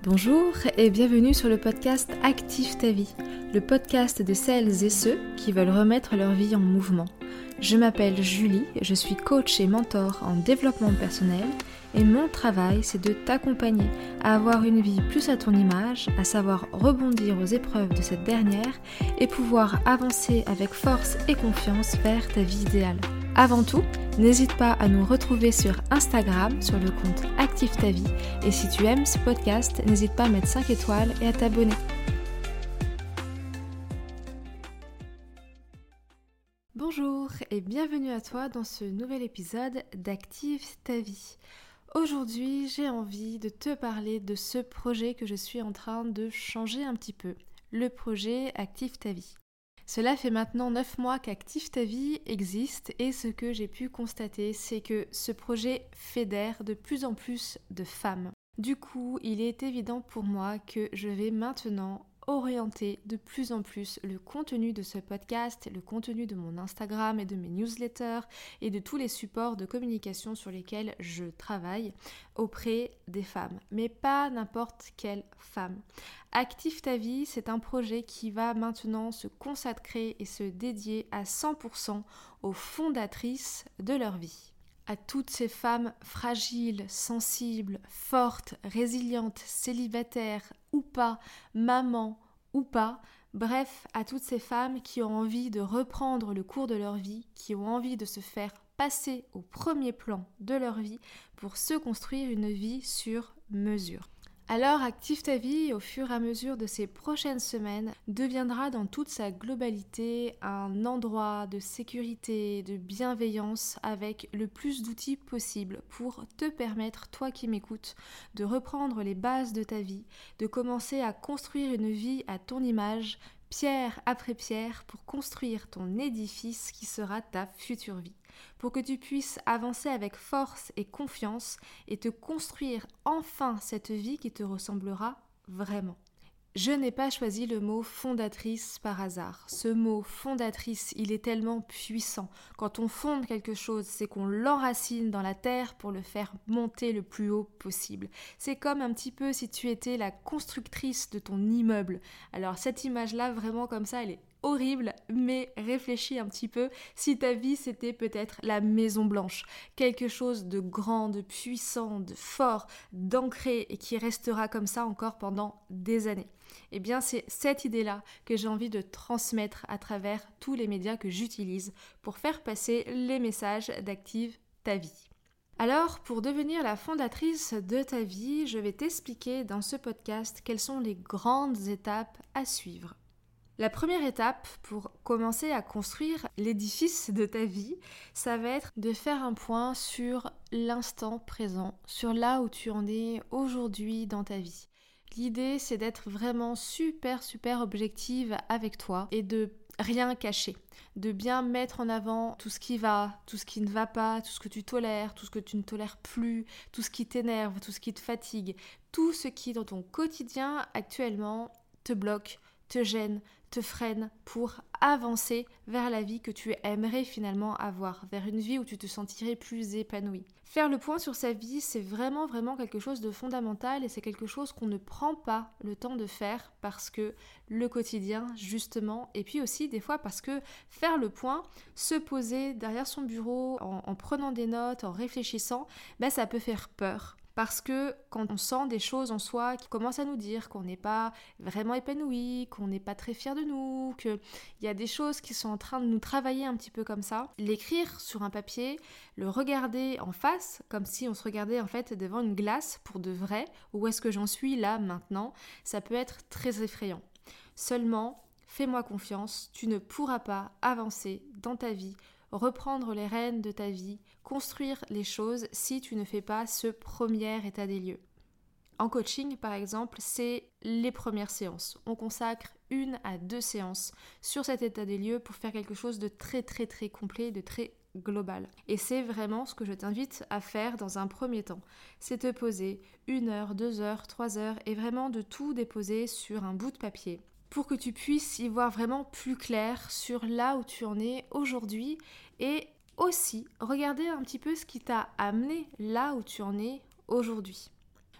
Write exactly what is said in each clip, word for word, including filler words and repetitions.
Bonjour et bienvenue sur le podcast Active ta vie, le podcast de celles et ceux qui veulent remettre leur vie en mouvement. Je m'appelle Julie, je suis coach et mentor en développement personnel et mon travail c'est de t'accompagner à avoir une vie plus à ton image, à savoir rebondir aux épreuves de cette dernière et pouvoir avancer avec force et confiance vers ta vie idéale. Avant tout, n'hésite pas à nous retrouver sur Instagram sur le compte Active ta vie et si tu aimes ce podcast, n'hésite pas à mettre cinq étoiles et à t'abonner. Bonjour et bienvenue à toi dans ce nouvel épisode d'Active ta vie. Aujourd'hui, j'ai envie de te parler de ce projet que je suis en train de changer un petit peu, le projet Active ta vie. Cela fait maintenant neuf mois qu'Active ta vie existe et ce que j'ai pu constater, c'est que ce projet fédère de plus en plus de femmes. Du coup, il est évident pour moi que je vais maintenant orienter de plus en plus le contenu de ce podcast, le contenu de mon Instagram et de mes newsletters et de tous les supports de communication sur lesquels je travaille auprès des femmes, mais pas n'importe quelle femme. Active ta vie, c'est un projet qui va maintenant se consacrer et se dédier à cent pour cent aux fondatrices de leur vie. À toutes ces femmes fragiles, sensibles, fortes, résilientes, célibataires ou pas, mamans ou pas, bref, à toutes ces femmes qui ont envie de reprendre le cours de leur vie, qui ont envie de se faire passer au premier plan de leur vie pour se construire une vie sur mesure. Alors, Active ta vie, au fur et à mesure de ces prochaines semaines, deviendra dans toute sa globalité un endroit de sécurité, de bienveillance avec le plus d'outils possible pour te permettre, toi qui m'écoutes, de reprendre les bases de ta vie, de commencer à construire une vie à ton image, pierre après pierre, pour construire ton édifice qui sera ta future vie. Pour que tu puisses avancer avec force et confiance et te construire enfin cette vie qui te ressemblera vraiment. Je n'ai pas choisi le mot fondatrice par hasard. Ce mot fondatrice, il est tellement puissant. Quand on fonde quelque chose, c'est qu'on l'enracine dans la terre pour le faire monter le plus haut possible. C'est comme un petit peu si tu étais la constructrice de ton immeuble. Alors cette image-là, vraiment comme ça, elle est horrible, mais réfléchis un petit peu si ta vie c'était peut-être la Maison Blanche, quelque chose de grand, de puissant, de fort, d'ancré et qui restera comme ça encore pendant des années. Eh bien c'est cette idée-là que j'ai envie de transmettre à travers tous les médias que j'utilise pour faire passer les messages d'Active ta vie. Alors, pour devenir la fondatrice de ta vie, je vais t'expliquer dans ce podcast quelles sont les grandes étapes à suivre. La première étape pour commencer à construire l'édifice de ta vie, ça va être de faire un point sur l'instant présent, sur là où tu en es aujourd'hui dans ta vie. L'idée, c'est d'être vraiment super, super objective avec toi et de rien cacher, de bien mettre en avant tout ce qui va, tout ce qui ne va pas, tout ce que tu tolères, tout ce que tu ne tolères plus, tout ce qui t'énerve, tout ce qui te fatigue, tout ce qui dans ton quotidien actuellement te bloque, te gêne, te freine pour avancer vers la vie que tu aimerais finalement avoir, vers une vie où tu te sentirais plus épanoui. Faire le point sur sa vie, c'est vraiment vraiment quelque chose de fondamental et c'est quelque chose qu'on ne prend pas le temps de faire parce que le quotidien justement, et puis aussi des fois parce que faire le point, se poser derrière son bureau en, en prenant des notes, en réfléchissant, ben ça peut faire peur. Parce que quand on sent des choses en soi qui commencent à nous dire qu'on n'est pas vraiment épanoui, qu'on n'est pas très fier de nous, qu'il y a des choses qui sont en train de nous travailler un petit peu comme ça, l'écrire sur un papier, le regarder en face, comme si on se regardait en fait devant une glace pour de vrai, où est-ce que j'en suis là maintenant, ça peut être très effrayant. Seulement, fais-moi confiance, tu ne pourras pas avancer dans ta vie, reprendre les rênes de ta vie, construire les choses si tu ne fais pas ce premier état des lieux. En coaching, par exemple, c'est les premières séances. On consacre une à deux séances sur cet état des lieux pour faire quelque chose de très très très complet, de très global. Et c'est vraiment ce que je t'invite à faire dans un premier temps. C'est te poser une heure, deux heures, trois heures et vraiment de tout déposer sur un bout de papier pour que tu puisses y voir vraiment plus clair sur là où tu en es aujourd'hui et aussi regarder un petit peu ce qui t'a amené là où tu en es aujourd'hui.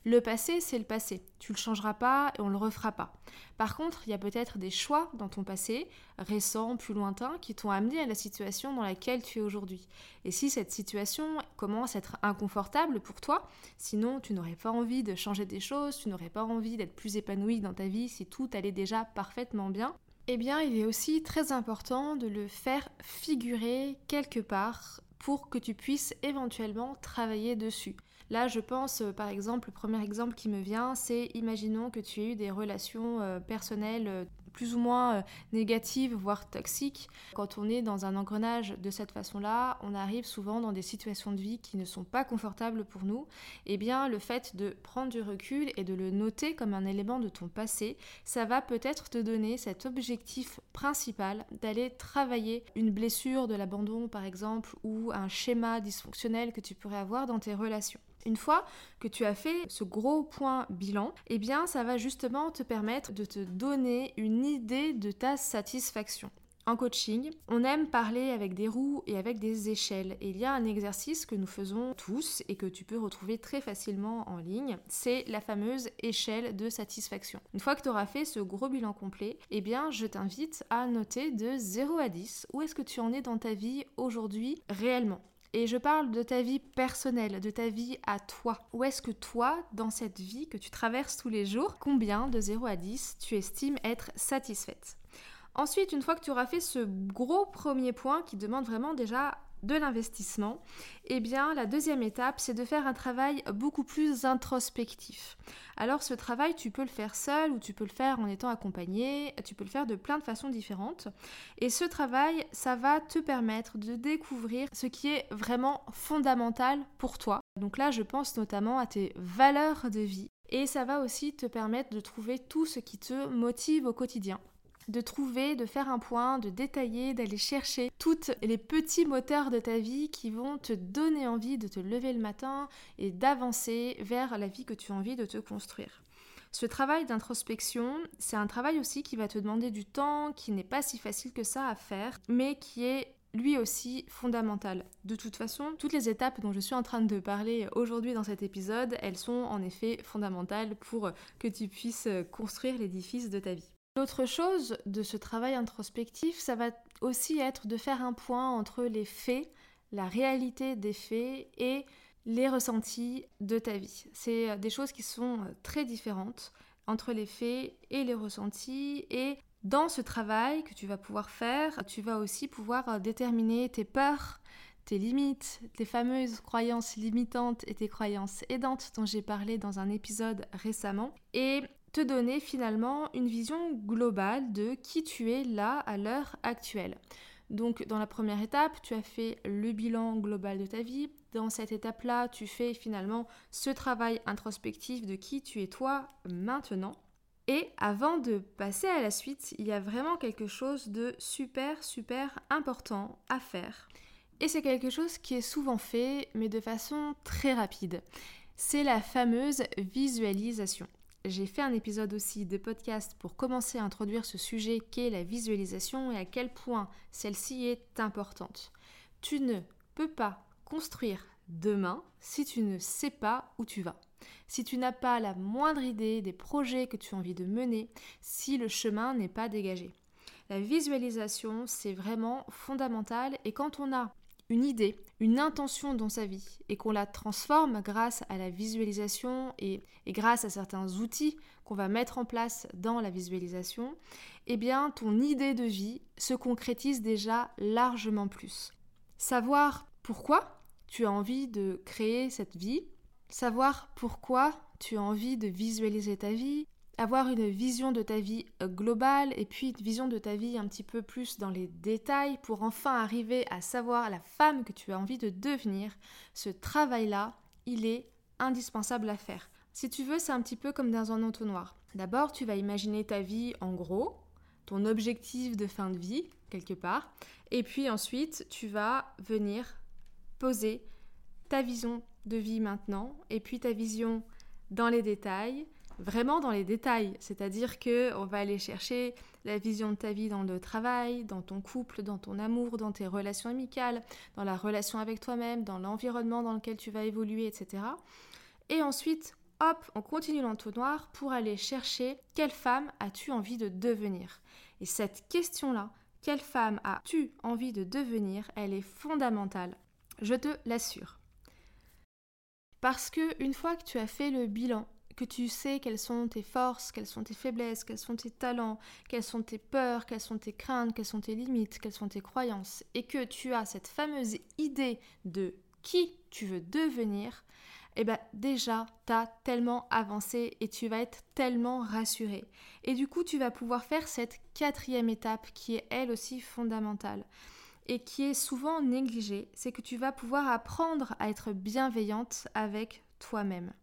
Le passé, c'est le passé. Tu le changeras pas et on le refera pas. Par contre, il y a peut-être des choix dans ton passé, récent, plus lointain, qui t'ont amené à la situation dans laquelle tu es aujourd'hui. Et si cette situation commence à être inconfortable pour toi, sinon tu n'aurais pas envie de changer des choses, tu n'aurais pas envie d'être plus épanoui dans ta vie si tout allait déjà parfaitement bien, eh bien, il est aussi très important de le faire figurer quelque part pour que tu puisses éventuellement travailler dessus. Là, je pense, euh, par exemple, le premier exemple qui me vient, c'est imaginons que tu aies eu des relations euh, personnelles euh, plus ou moins euh, négatives, voire toxiques. Quand on est dans un engrenage de cette façon-là, on arrive souvent dans des situations de vie qui ne sont pas confortables pour nous. Eh bien, le fait de prendre du recul et de le noter comme un élément de ton passé, ça va peut-être te donner cet objectif principal d'aller travailler une blessure de l'abandon, par exemple, ou un schéma dysfonctionnel que tu pourrais avoir dans tes relations. Une fois que tu as fait ce gros point bilan, eh bien ça va justement te permettre de te donner une idée de ta satisfaction. En coaching, on aime parler avec des roues et avec des échelles. Et il y a un exercice que nous faisons tous et que tu peux retrouver très facilement en ligne, c'est la fameuse échelle de satisfaction. Une fois que tu auras fait ce gros bilan complet, eh bien je t'invite à noter de zéro à dix où est-ce que tu en es dans ta vie aujourd'hui réellement. Et je parle de ta vie personnelle, de ta vie à toi. Où est-ce que toi, dans cette vie que tu traverses tous les jours, combien de zéro à dix tu estimes être satisfaite ? Ensuite, une fois que tu auras fait ce gros premier point qui demande vraiment déjà de l'investissement, eh bien la deuxième étape, c'est de faire un travail beaucoup plus introspectif. Alors ce travail, tu peux le faire seul ou tu peux le faire en étant accompagné, tu peux le faire de plein de façons différentes. Et ce travail, ça va te permettre de découvrir ce qui est vraiment fondamental pour toi. Donc là, je pense notamment à tes valeurs de vie. Et ça va aussi te permettre de trouver tout ce qui te motive au quotidien. De trouver, de faire un point, de détailler, d'aller chercher tous les petits moteurs de ta vie qui vont te donner envie de te lever le matin et d'avancer vers la vie que tu as envie de te construire. Ce travail d'introspection, c'est un travail aussi qui va te demander du temps, qui n'est pas si facile que ça à faire, mais qui est lui aussi fondamental. De toute façon, toutes les étapes dont je suis en train de parler aujourd'hui dans cet épisode, elles sont en effet fondamentales pour que tu puisses construire l'édifice de ta vie. L'autre chose de ce travail introspectif, ça va aussi être de faire un point entre les faits, la réalité des faits et les ressentis de ta vie. C'est des choses qui sont très différentes entre les faits et les ressentis, et dans ce travail que tu vas pouvoir faire, tu vas aussi pouvoir déterminer tes peurs, tes limites, tes fameuses croyances limitantes et tes croyances aidantes dont j'ai parlé dans un épisode récemment, et te donner finalement une vision globale de qui tu es là à l'heure actuelle. Donc dans la première étape, tu as fait le bilan global de ta vie. Dans cette étape-là, tu fais finalement ce travail introspectif de qui tu es toi maintenant. Et avant de passer à la suite, il y a vraiment quelque chose de super super important à faire. Et c'est quelque chose qui est souvent fait, mais de façon très rapide. C'est la fameuse visualisation. J'ai fait un épisode aussi de podcast pour commencer à introduire ce sujet qu'est la visualisation et à quel point celle-ci est importante. Tu ne peux pas construire demain si tu ne sais pas où tu vas. Si tu n'as pas la moindre idée des projets que tu as envie de mener, si le chemin n'est pas dégagé. La visualisation, c'est vraiment fondamental, et quand on a une idée, une intention dans sa vie et qu'on la transforme grâce à la visualisation et, et grâce à certains outils qu'on va mettre en place dans la visualisation, eh bien ton idée de vie se concrétise déjà largement plus. Savoir pourquoi tu as envie de créer cette vie, savoir pourquoi tu as envie de visualiser ta vie, avoir une vision de ta vie globale et puis une vision de ta vie un petit peu plus dans les détails pour enfin arriver à savoir la femme que tu as envie de devenir. Ce travail-là, il est indispensable à faire. Si tu veux, c'est un petit peu comme dans un entonnoir. D'abord, tu vas imaginer ta vie en gros, ton objectif de fin de vie, quelque part, et puis ensuite, tu vas venir poser ta vision de vie maintenant et puis ta vision dans les détails, vraiment dans les détails, c'est-à-dire qu'on va aller chercher la vision de ta vie dans le travail, dans ton couple, dans ton amour, dans tes relations amicales, dans la relation avec toi-même, dans l'environnement dans lequel tu vas évoluer, et cetera. Et ensuite, hop, on continue l'entonnoir pour aller chercher quelle femme as-tu envie de devenir. Et cette question-là, quelle femme as-tu envie de devenir, elle est fondamentale, je te l'assure. Parce que une fois que tu as fait le bilan, que tu sais quelles sont tes forces, quelles sont tes faiblesses, quels sont tes talents, quelles sont tes peurs, quelles sont tes craintes, quelles sont tes limites, quelles sont tes croyances, et que tu as cette fameuse idée de qui tu veux devenir, eh bien déjà, tu as tellement avancé et tu vas être tellement rassuré. Et du coup, tu vas pouvoir faire cette quatrième étape qui est elle aussi fondamentale et qui est souvent négligée, c'est que tu vas pouvoir apprendre à être bienveillante avec toi-même.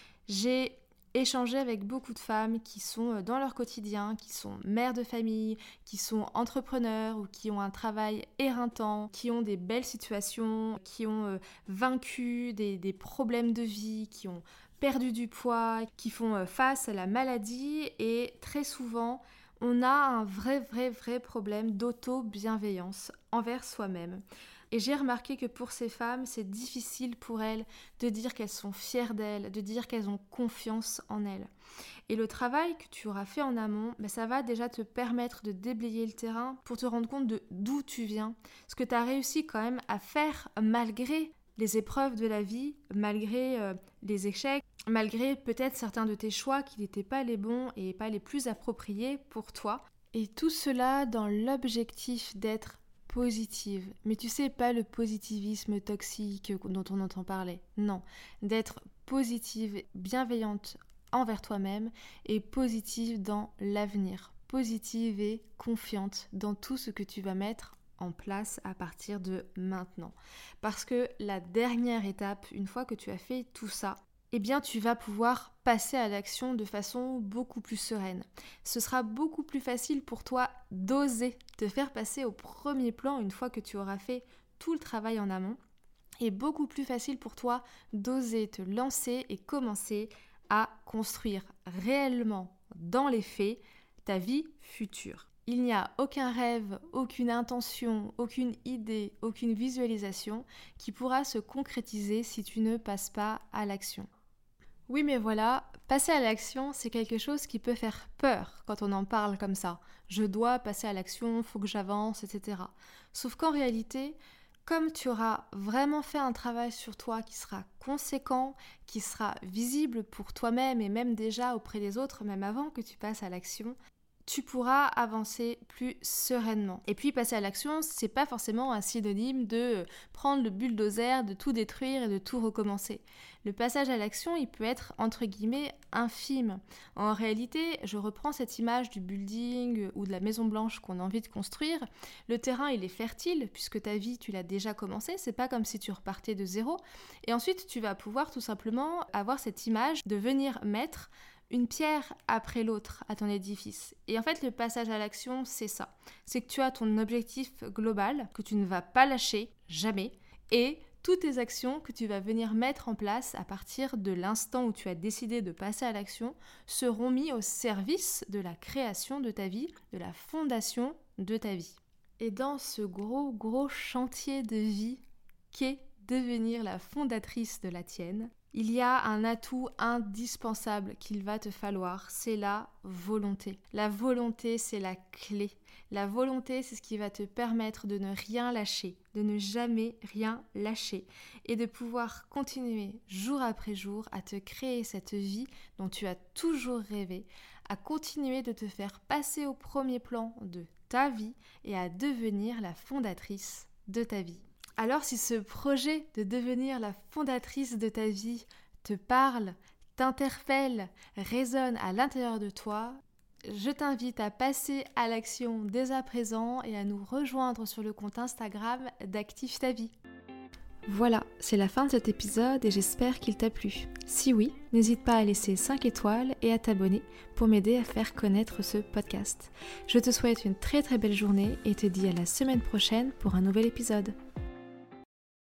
J'ai échangé avec beaucoup de femmes qui sont dans leur quotidien, qui sont mères de famille, qui sont entrepreneurs ou qui ont un travail éreintant, qui ont des belles situations, qui ont euh, vaincu des, des problèmes de vie, qui ont perdu du poids, qui font euh, face à la maladie et très souvent on a un vrai, vrai, vrai problème d'auto-bienveillance envers soi-même. Et j'ai remarqué que pour ces femmes, c'est difficile pour elles de dire qu'elles sont fières d'elles, de dire qu'elles ont confiance en elles. Et le travail que tu auras fait en amont, ben ça va déjà te permettre de déblayer le terrain pour te rendre compte de d'où tu viens, ce que tu as réussi quand même à faire malgré les épreuves de la vie, malgré euh, les échecs, malgré peut-être certains de tes choix qui n'étaient pas les bons et pas les plus appropriés pour toi. Et tout cela dans l'objectif d'être positive. Mais tu sais, pas le positivisme toxique dont on entend parler. Non, d'être positive, bienveillante envers toi-même et positive dans l'avenir. Positive et confiante dans tout ce que tu vas mettre en place à partir de maintenant. Parce que la dernière étape, une fois que tu as fait tout ça, eh bien tu vas pouvoir passer à l'action de façon beaucoup plus sereine. Ce sera beaucoup plus facile pour toi d'oser te faire passer au premier plan une fois que tu auras fait tout le travail en amont et beaucoup plus facile pour toi d'oser te lancer et commencer à construire réellement dans les faits ta vie future. Il n'y a aucun rêve, aucune intention, aucune idée, aucune visualisation qui pourra se concrétiser si tu ne passes pas à l'action. Oui, mais voilà, passer à l'action, c'est quelque chose qui peut faire peur quand on en parle comme ça. Je dois passer à l'action, faut que j'avance, et cetera. Sauf qu'en réalité, comme tu auras vraiment fait un travail sur toi qui sera conséquent, qui sera visible pour toi-même et même déjà auprès des autres, même avant que tu passes à l'action, tu pourras avancer plus sereinement. Et puis passer à l'action, c'est pas forcément un synonyme de prendre le bulldozer, de tout détruire et de tout recommencer. Le passage à l'action, il peut être entre guillemets infime. En réalité, je reprends cette image du building ou de la maison blanche qu'on a envie de construire. Le terrain, il est fertile puisque ta vie, tu l'as déjà commencé. C'est pas comme si tu repartais de zéro. Et ensuite, tu vas pouvoir tout simplement avoir cette image de venir mettre une pierre après l'autre à ton édifice. Et en fait, le passage à l'action, c'est ça. C'est que tu as ton objectif global, que tu ne vas pas lâcher, jamais, et toutes tes actions que tu vas venir mettre en place à partir de l'instant où tu as décidé de passer à l'action seront mis au service de la création de ta vie, de la fondation de ta vie. Et dans ce gros, gros chantier de vie qu'est devenir la fondatrice de la tienne, il y a un atout indispensable qu'il va te falloir, c'est la volonté. La volonté, c'est la clé. La volonté, c'est ce qui va te permettre de ne rien lâcher, de ne jamais rien lâcher et de pouvoir continuer jour après jour à te créer cette vie dont tu as toujours rêvé, à continuer de te faire passer au premier plan de ta vie et à devenir la fondatrice de ta vie. Alors si ce projet de devenir la fondatrice de ta vie te parle, t'interpelle, résonne à l'intérieur de toi, je t'invite à passer à l'action dès à présent et à nous rejoindre sur le compte Instagram d'Active ta vie. Voilà, c'est la fin de cet épisode et j'espère qu'il t'a plu. Si oui, n'hésite pas à laisser cinq étoiles et à t'abonner pour m'aider à faire connaître ce podcast. Je te souhaite une très très belle journée et te dis à la semaine prochaine pour un nouvel épisode.